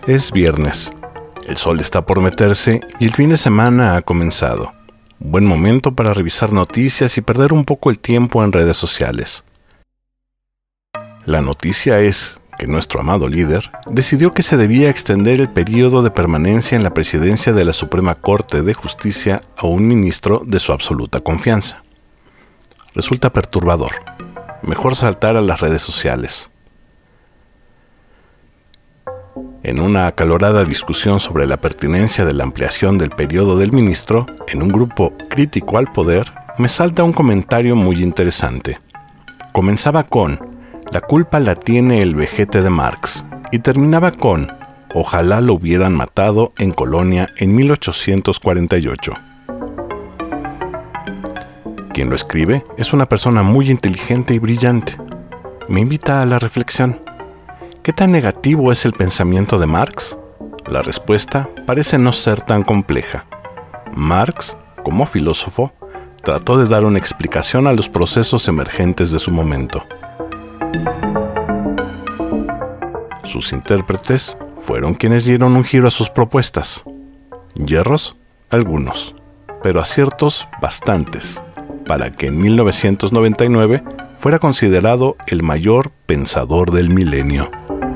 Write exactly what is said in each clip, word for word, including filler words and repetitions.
Es viernes, el sol está por meterse y el fin de semana ha comenzado. Buen momento para revisar noticias y perder un poco el tiempo en redes sociales. La noticia es que nuestro amado líder decidió que se debía extender el periodo de permanencia en la presidencia de la Suprema Corte de Justicia a un ministro de su absoluta confianza. Resulta perturbador. Mejor saltar a las redes sociales. En una acalorada discusión sobre la pertinencia de la ampliación del periodo del ministro, en un grupo crítico al poder, me salta un comentario muy interesante. Comenzaba con "la culpa la tiene el vejete de Marx" y terminaba con "ojalá lo hubieran matado en Colonia en mil ochocientos cuarenta y ocho". Quien lo escribe es una persona muy inteligente y brillante. Me invita a la reflexión. ¿Qué tan negativo es el pensamiento de Marx? La respuesta parece no ser tan compleja. Marx, como filósofo, trató de dar una explicación a los procesos emergentes de su momento. Sus intérpretes fueron quienes dieron un giro a sus propuestas. Yerros, algunos, pero aciertos bastantes, para que en mil novecientos noventa y nueve fuera considerado el mayor pensador del milenio.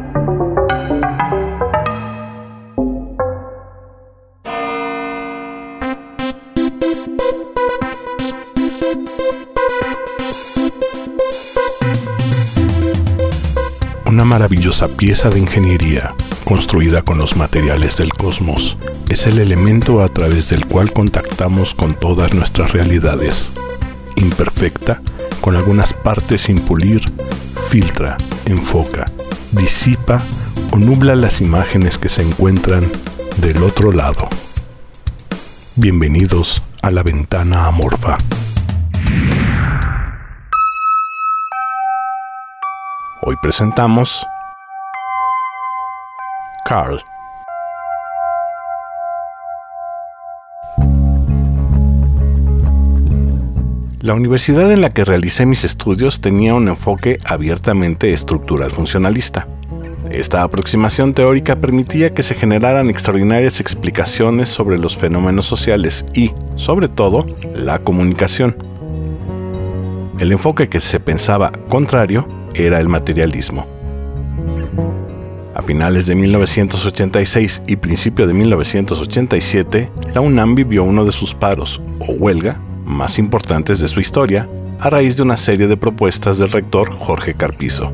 Una maravillosa pieza de ingeniería, construida con los materiales del cosmos, es el elemento a través del cual contactamos con todas nuestras realidades. Imperfecta, con algunas partes sin pulir, filtra, enfoca, disipa o nubla las imágenes que se encuentran del otro lado. Bienvenidos a la ventana amorfa. Hoy presentamos Carl. La universidad en la que realicé mis estudios tenía un enfoque abiertamente estructural funcionalista. Esta aproximación teórica permitía que se generaran extraordinarias explicaciones sobre los fenómenos sociales y, sobre todo, la comunicación. El enfoque que se pensaba contrario era el materialismo. A finales de mil novecientos ochenta y seis y principio de mil novecientos ochenta y siete, la UNAM vivió uno de sus paros, o huelga, más importantes de su historia, a raíz de una serie de propuestas del rector Jorge Carpizo.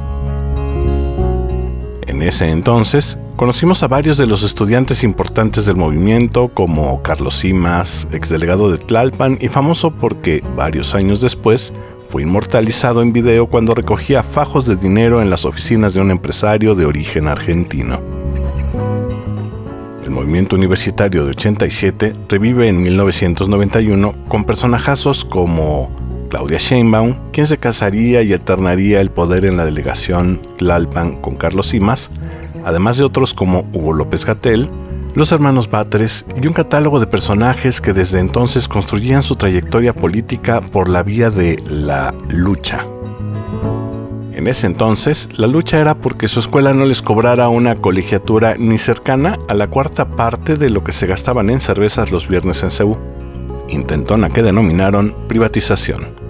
En ese entonces, conocimos a varios de los estudiantes importantes del movimiento, como Carlos Simas, exdelegado de Tlalpan y famoso porque, varios años después, fue inmortalizado en video cuando recogía fajos de dinero en las oficinas de un empresario de origen argentino. El movimiento universitario de ochenta y siete revive en mil novecientos noventa y uno con personajazos como Claudia Sheinbaum, quien se casaría y alternaría el poder en la delegación Tlalpan con Carlos Simas, además de otros como Hugo López-Gatell, los hermanos Batres y un catálogo de personajes que desde entonces construían su trayectoria política por la vía de la lucha. En ese entonces, la lucha era porque su escuela no les cobrara una colegiatura ni cercana a la cuarta parte de lo que se gastaban en cervezas los viernes en C U. Intentona que denominaron privatización.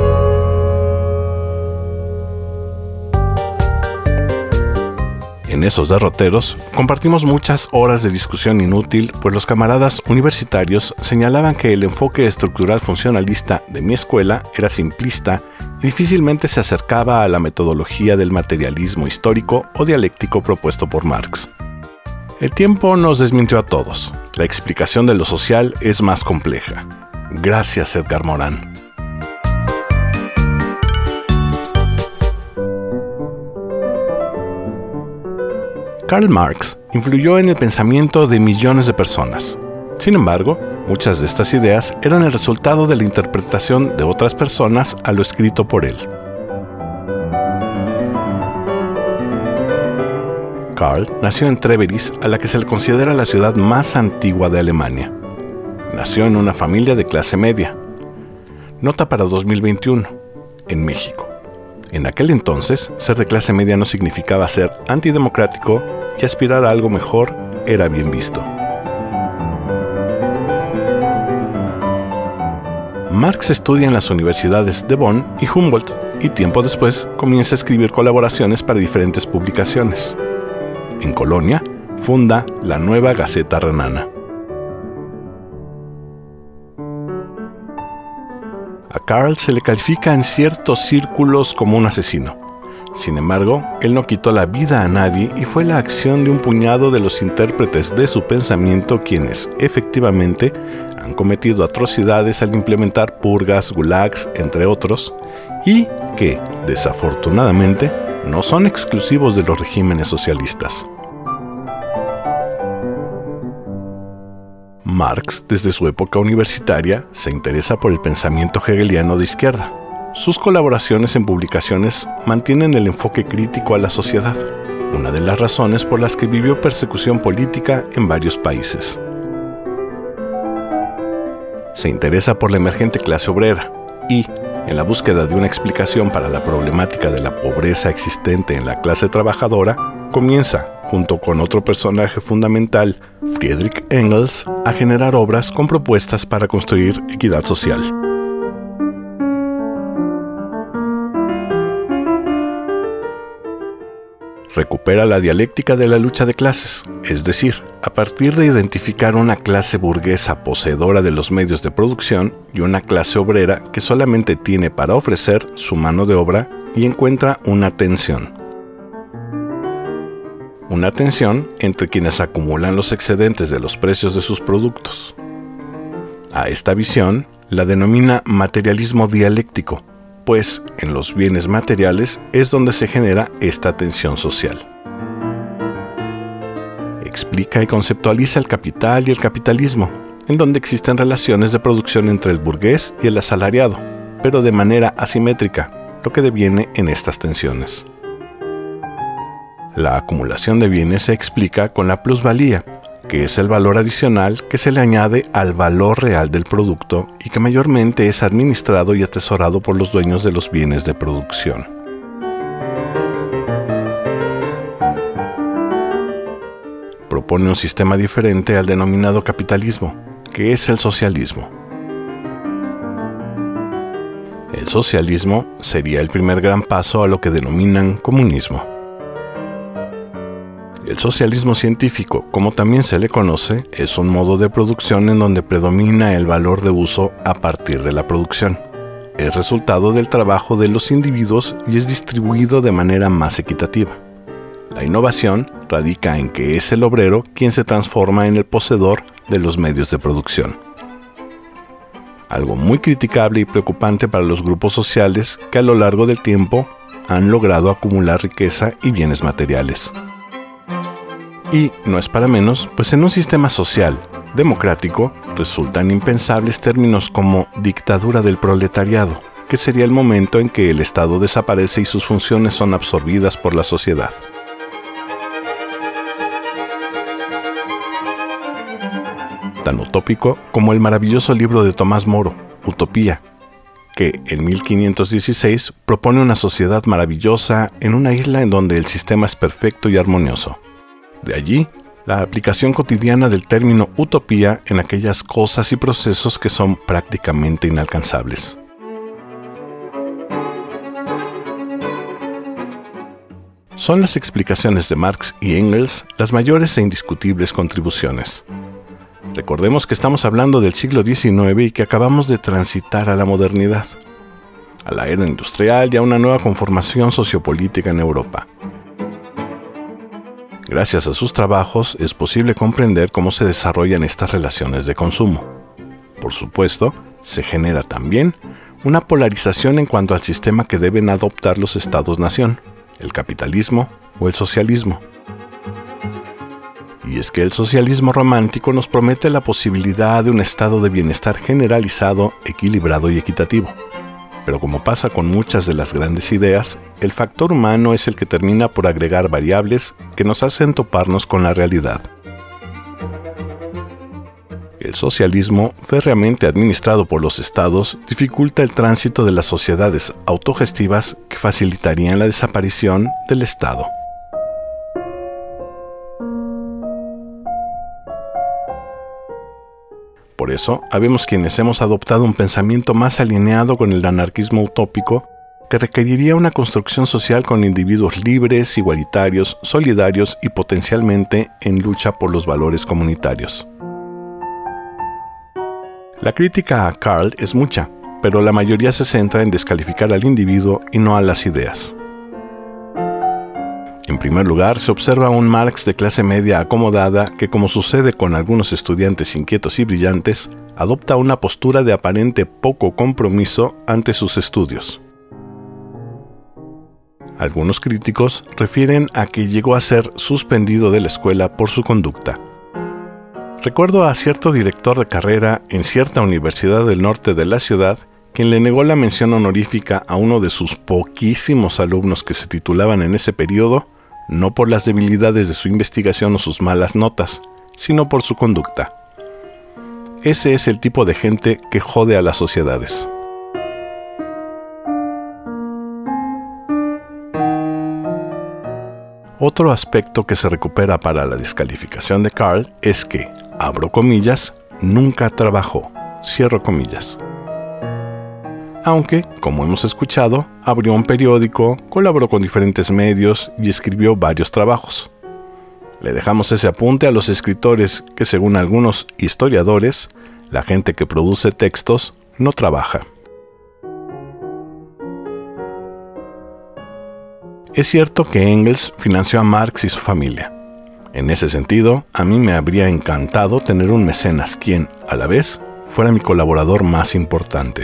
En esos derroteros, compartimos muchas horas de discusión inútil, pues los camaradas universitarios señalaban que el enfoque estructural funcionalista de mi escuela era simplista y difícilmente se acercaba a la metodología del materialismo histórico o dialéctico propuesto por Marx. El tiempo nos desmintió a todos. La explicación de lo social es más compleja. Gracias, Edgar Morán. Karl Marx influyó en el pensamiento de millones de personas. Sin embargo, muchas de estas ideas eran el resultado de la interpretación de otras personas a lo escrito por él. Karl nació en Treveris, a la que se le considera la ciudad más antigua de Alemania. Nació en una familia de clase media. Nota para dos mil veintiuno, en México. En aquel entonces, ser de clase media no significaba ser antidemocrático y aspirar a algo mejor era bien visto. Marx estudia en las universidades de Bonn y Humboldt y tiempo después comienza a escribir colaboraciones para diferentes publicaciones. En Colonia, funda la Nueva Gaceta Renana. A Karl se le califica en ciertos círculos como un asesino. Sin embargo, él no quitó la vida a nadie y fue la acción de un puñado de los intérpretes de su pensamiento quienes, efectivamente, han cometido atrocidades al implementar purgas, gulags, entre otros, y que, desafortunadamente, no son exclusivos de los regímenes socialistas. Marx, desde su época universitaria, se interesa por el pensamiento hegeliano de izquierda. Sus colaboraciones en publicaciones mantienen el enfoque crítico a la sociedad, una de las razones por las que vivió persecución política en varios países. Se interesa por la emergente clase obrera y, en la búsqueda de una explicación para la problemática de la pobreza existente en la clase trabajadora, comienza, junto con otro personaje fundamental, Friedrich Engels, a generar obras con propuestas para construir equidad social. Recupera la dialéctica de la lucha de clases, es decir, a partir de identificar una clase burguesa poseedora de los medios de producción y una clase obrera que solamente tiene para ofrecer su mano de obra y encuentra una tensión. Una tensión entre quienes acumulan los excedentes de los precios de sus productos. A esta visión la denomina materialismo dialéctico, pues en los bienes materiales es donde se genera esta tensión social. Explica y conceptualiza el capital y el capitalismo, en donde existen relaciones de producción entre el burgués y el asalariado, pero de manera asimétrica, lo que deviene en estas tensiones. La acumulación de bienes se explica con la plusvalía, que es el valor adicional que se le añade al valor real del producto y que mayormente es administrado y atesorado por los dueños de los bienes de producción. Propone un sistema diferente al denominado capitalismo, que es el socialismo. El socialismo sería el primer gran paso a lo que denominan comunismo. El socialismo científico, como también se le conoce, es un modo de producción en donde predomina el valor de uso a partir de la producción. Es resultado del trabajo de los individuos y es distribuido de manera más equitativa. La innovación radica en que es el obrero quien se transforma en el poseedor de los medios de producción. Algo muy criticable y preocupante para los grupos sociales que a lo largo del tiempo han logrado acumular riqueza y bienes materiales. Y no es para menos, pues en un sistema social, democrático, resultan impensables términos como dictadura del proletariado, que sería el momento en que el Estado desaparece y sus funciones son absorbidas por la sociedad. Tan utópico como el maravilloso libro de Tomás Moro, Utopía, que en mil quinientos dieciséis propone una sociedad maravillosa en una isla en donde el sistema es perfecto y armonioso. De allí, la aplicación cotidiana del término utopía en aquellas cosas y procesos que son prácticamente inalcanzables. Son las explicaciones de Marx y Engels las mayores e indiscutibles contribuciones. Recordemos que estamos hablando del siglo diecinueve y que acabamos de transitar a la modernidad, a la era industrial y a una nueva conformación sociopolítica en Europa. Gracias a sus trabajos es posible comprender cómo se desarrollan estas relaciones de consumo. Por supuesto, se genera también una polarización en cuanto al sistema que deben adoptar los estados-nación, el capitalismo o el socialismo. Y es que el socialismo romántico nos promete la posibilidad de un estado de bienestar generalizado, equilibrado y equitativo. Pero como pasa con muchas de las grandes ideas, el factor humano es el que termina por agregar variables que nos hacen toparnos con la realidad. El socialismo, férreamente administrado por los estados, dificulta el tránsito de las sociedades autogestivas que facilitarían la desaparición del Estado. Por eso, habemos quienes hemos adoptado un pensamiento más alineado con el anarquismo utópico que requeriría una construcción social con individuos libres, igualitarios, solidarios y potencialmente en lucha por los valores comunitarios. La crítica a Karl es mucha, pero la mayoría se centra en descalificar al individuo y no a las ideas. En primer lugar, se observa un Marx de clase media acomodada que, como sucede con algunos estudiantes inquietos y brillantes, adopta una postura de aparente poco compromiso ante sus estudios. Algunos críticos refieren a que llegó a ser suspendido de la escuela por su conducta. Recuerdo a cierto director de carrera en cierta universidad del norte de la ciudad quien le negó la mención honorífica a uno de sus poquísimos alumnos que se titulaban en ese periodo, no por las debilidades de su investigación o sus malas notas, sino por su conducta. Ese es el tipo de gente que jode a las sociedades. Otro aspecto que se recupera para la descalificación de Karl es que, abro comillas, nunca trabajó, cierro comillas. Aunque, como hemos escuchado, abrió un periódico, colaboró con diferentes medios y escribió varios trabajos. Le dejamos ese apunte a los escritores que, según algunos historiadores, la gente que produce textos no trabaja. Es cierto que Engels financió a Marx y su familia. En ese sentido, a mí me habría encantado tener un mecenas quien, a la vez, fuera mi colaborador más importante.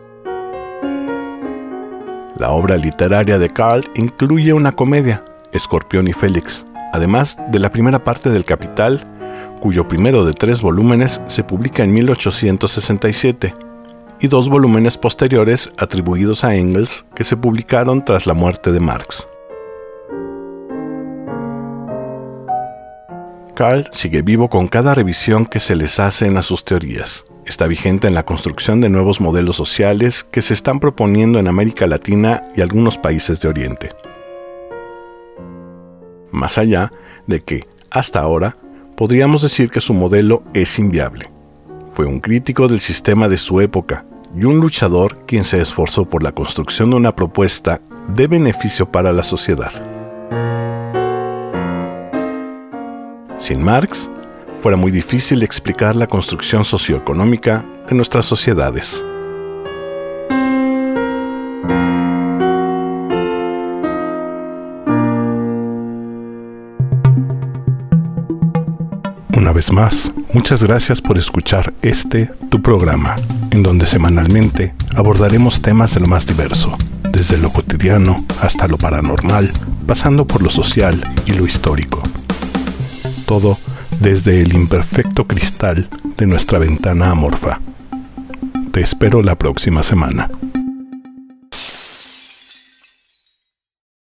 La obra literaria de Karl incluye una comedia, Escorpión y Félix, además de la primera parte del Capital, cuyo primero de tres volúmenes se publica en mil ochocientos sesenta y siete, y dos volúmenes posteriores atribuidos a Engels que se publicaron tras la muerte de Marx. Karl sigue vivo con cada revisión que se les hacen a sus teorías. Está vigente en la construcción de nuevos modelos sociales que se están proponiendo en América Latina y algunos países de Oriente. Más allá de que, hasta ahora, podríamos decir que su modelo es inviable. Fue un crítico del sistema de su época y un luchador quien se esforzó por la construcción de una propuesta de beneficio para la sociedad. Sin Marx, fuera muy difícil explicar la construcción socioeconómica de nuestras sociedades. Una vez más, muchas gracias por escuchar este, tu programa, en donde semanalmente abordaremos temas de lo más diverso, desde lo cotidiano hasta lo paranormal, pasando por lo social y lo histórico. Todo desde el imperfecto cristal de nuestra ventana amorfa. Te espero la próxima semana.